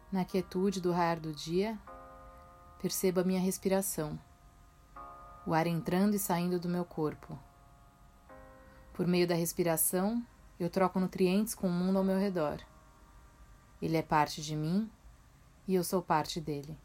Na quietude do raiar do dia, percebo a minha respiração, o ar entrando e saindo do meu corpo. Por meio da respiração, eu troco nutrientes com o mundo ao meu redor. Ele é parte de mim e eu sou parte dele.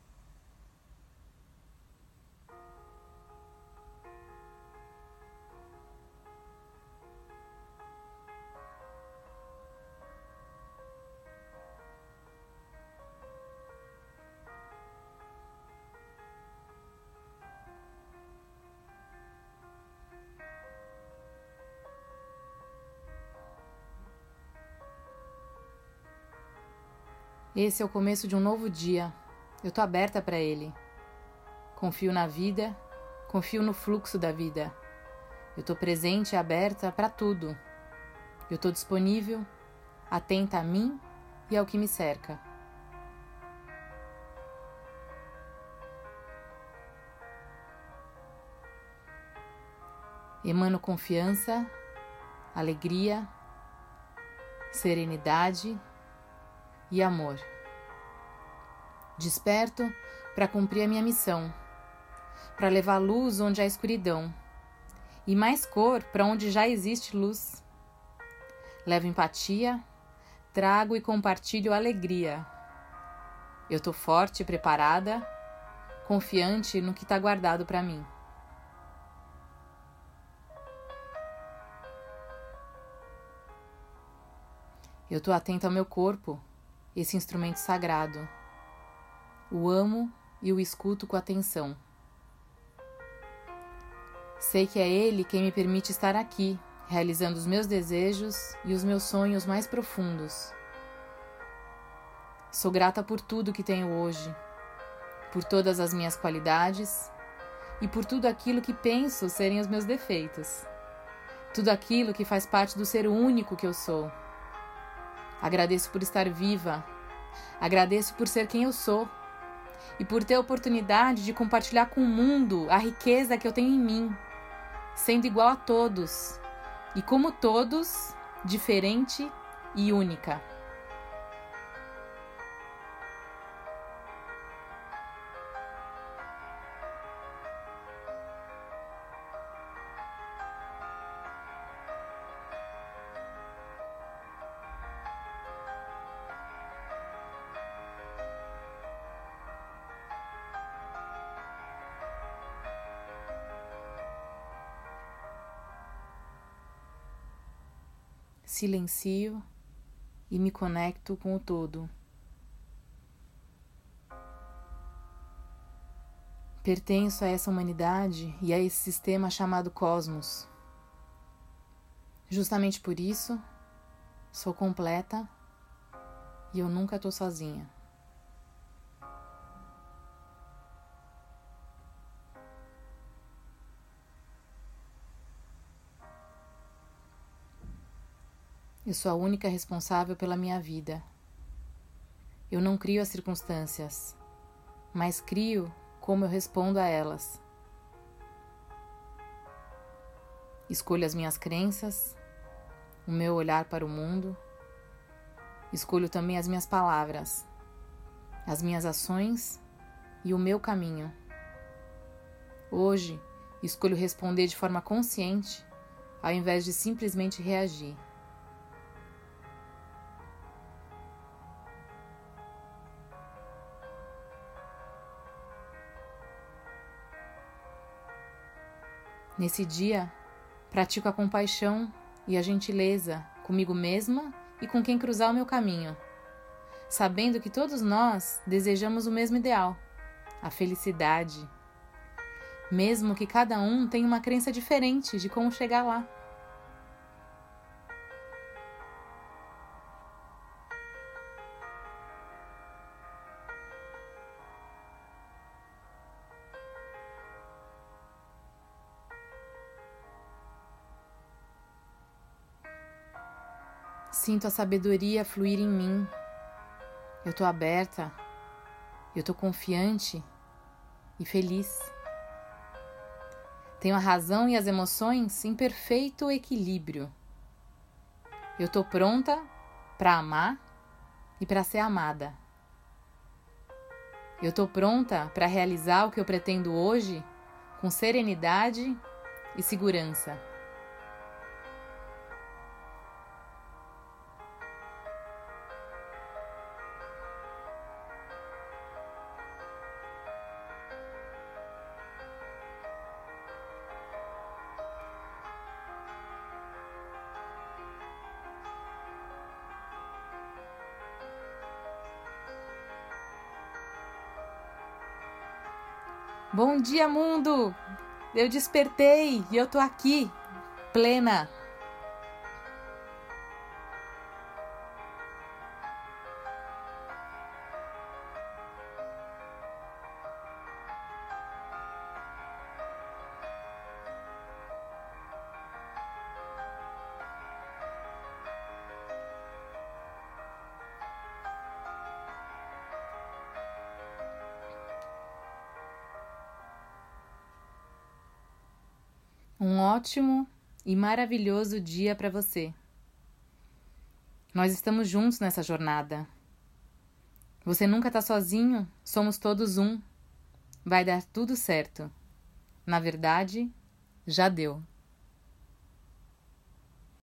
Esse é o começo de um novo dia. Eu tô aberta para ele. Confio na vida, confio no fluxo da vida. Eu tô presente e aberta para tudo. Eu tô disponível, atenta a mim e ao que me cerca. Emano confiança, alegria, serenidade e amor. Desperto para cumprir a minha missão, para levar luz onde há escuridão e mais cor para onde já existe luz. Levo empatia, trago e compartilho alegria. Eu tô forte e preparada, confiante no que está guardado para mim. Eu tô atenta ao meu corpo, esse instrumento sagrado. O amo e o escuto com atenção. Sei que é ele quem me permite estar aqui, realizando os meus desejos e os meus sonhos mais profundos. Sou grata por tudo que tenho hoje, por todas as minhas qualidades e por tudo aquilo que penso serem os meus defeitos. Tudo aquilo que faz parte do ser único que eu sou. Agradeço por estar viva, agradeço por ser quem eu sou e por ter a oportunidade de compartilhar com o mundo a riqueza que eu tenho em mim, sendo igual a todos e como todos, diferente e única. Silencio e me conecto com o todo. Pertenço a essa humanidade e a esse sistema chamado Cosmos. Justamente por isso, sou completa e eu nunca estou sozinha. Eu sou a única responsável pela minha vida. Eu não crio as circunstâncias, mas crio como eu respondo a elas. Escolho as minhas crenças, o meu olhar para o mundo. Escolho também as minhas palavras, as minhas ações e o meu caminho. Hoje, escolho responder de forma consciente, ao invés de simplesmente reagir. Nesse dia, pratico a compaixão e a gentileza comigo mesma e com quem cruzar o meu caminho, sabendo que todos nós desejamos o mesmo ideal, a felicidade, mesmo que cada um tenha uma crença diferente de como chegar lá. Sinto a sabedoria fluir em mim. Eu tô aberta, eu tô confiante e feliz. Tenho a razão e as emoções em perfeito equilíbrio. Eu tô pronta para amar e para ser amada. Eu estou pronta para realizar o que eu pretendo hoje com serenidade e segurança. Bom dia, mundo! Eu despertei e eu tô aqui, plena. Um ótimo e maravilhoso dia para você. Nós estamos juntos nessa jornada. Você nunca está sozinho, somos todos um. Vai dar tudo certo. Na verdade, já deu.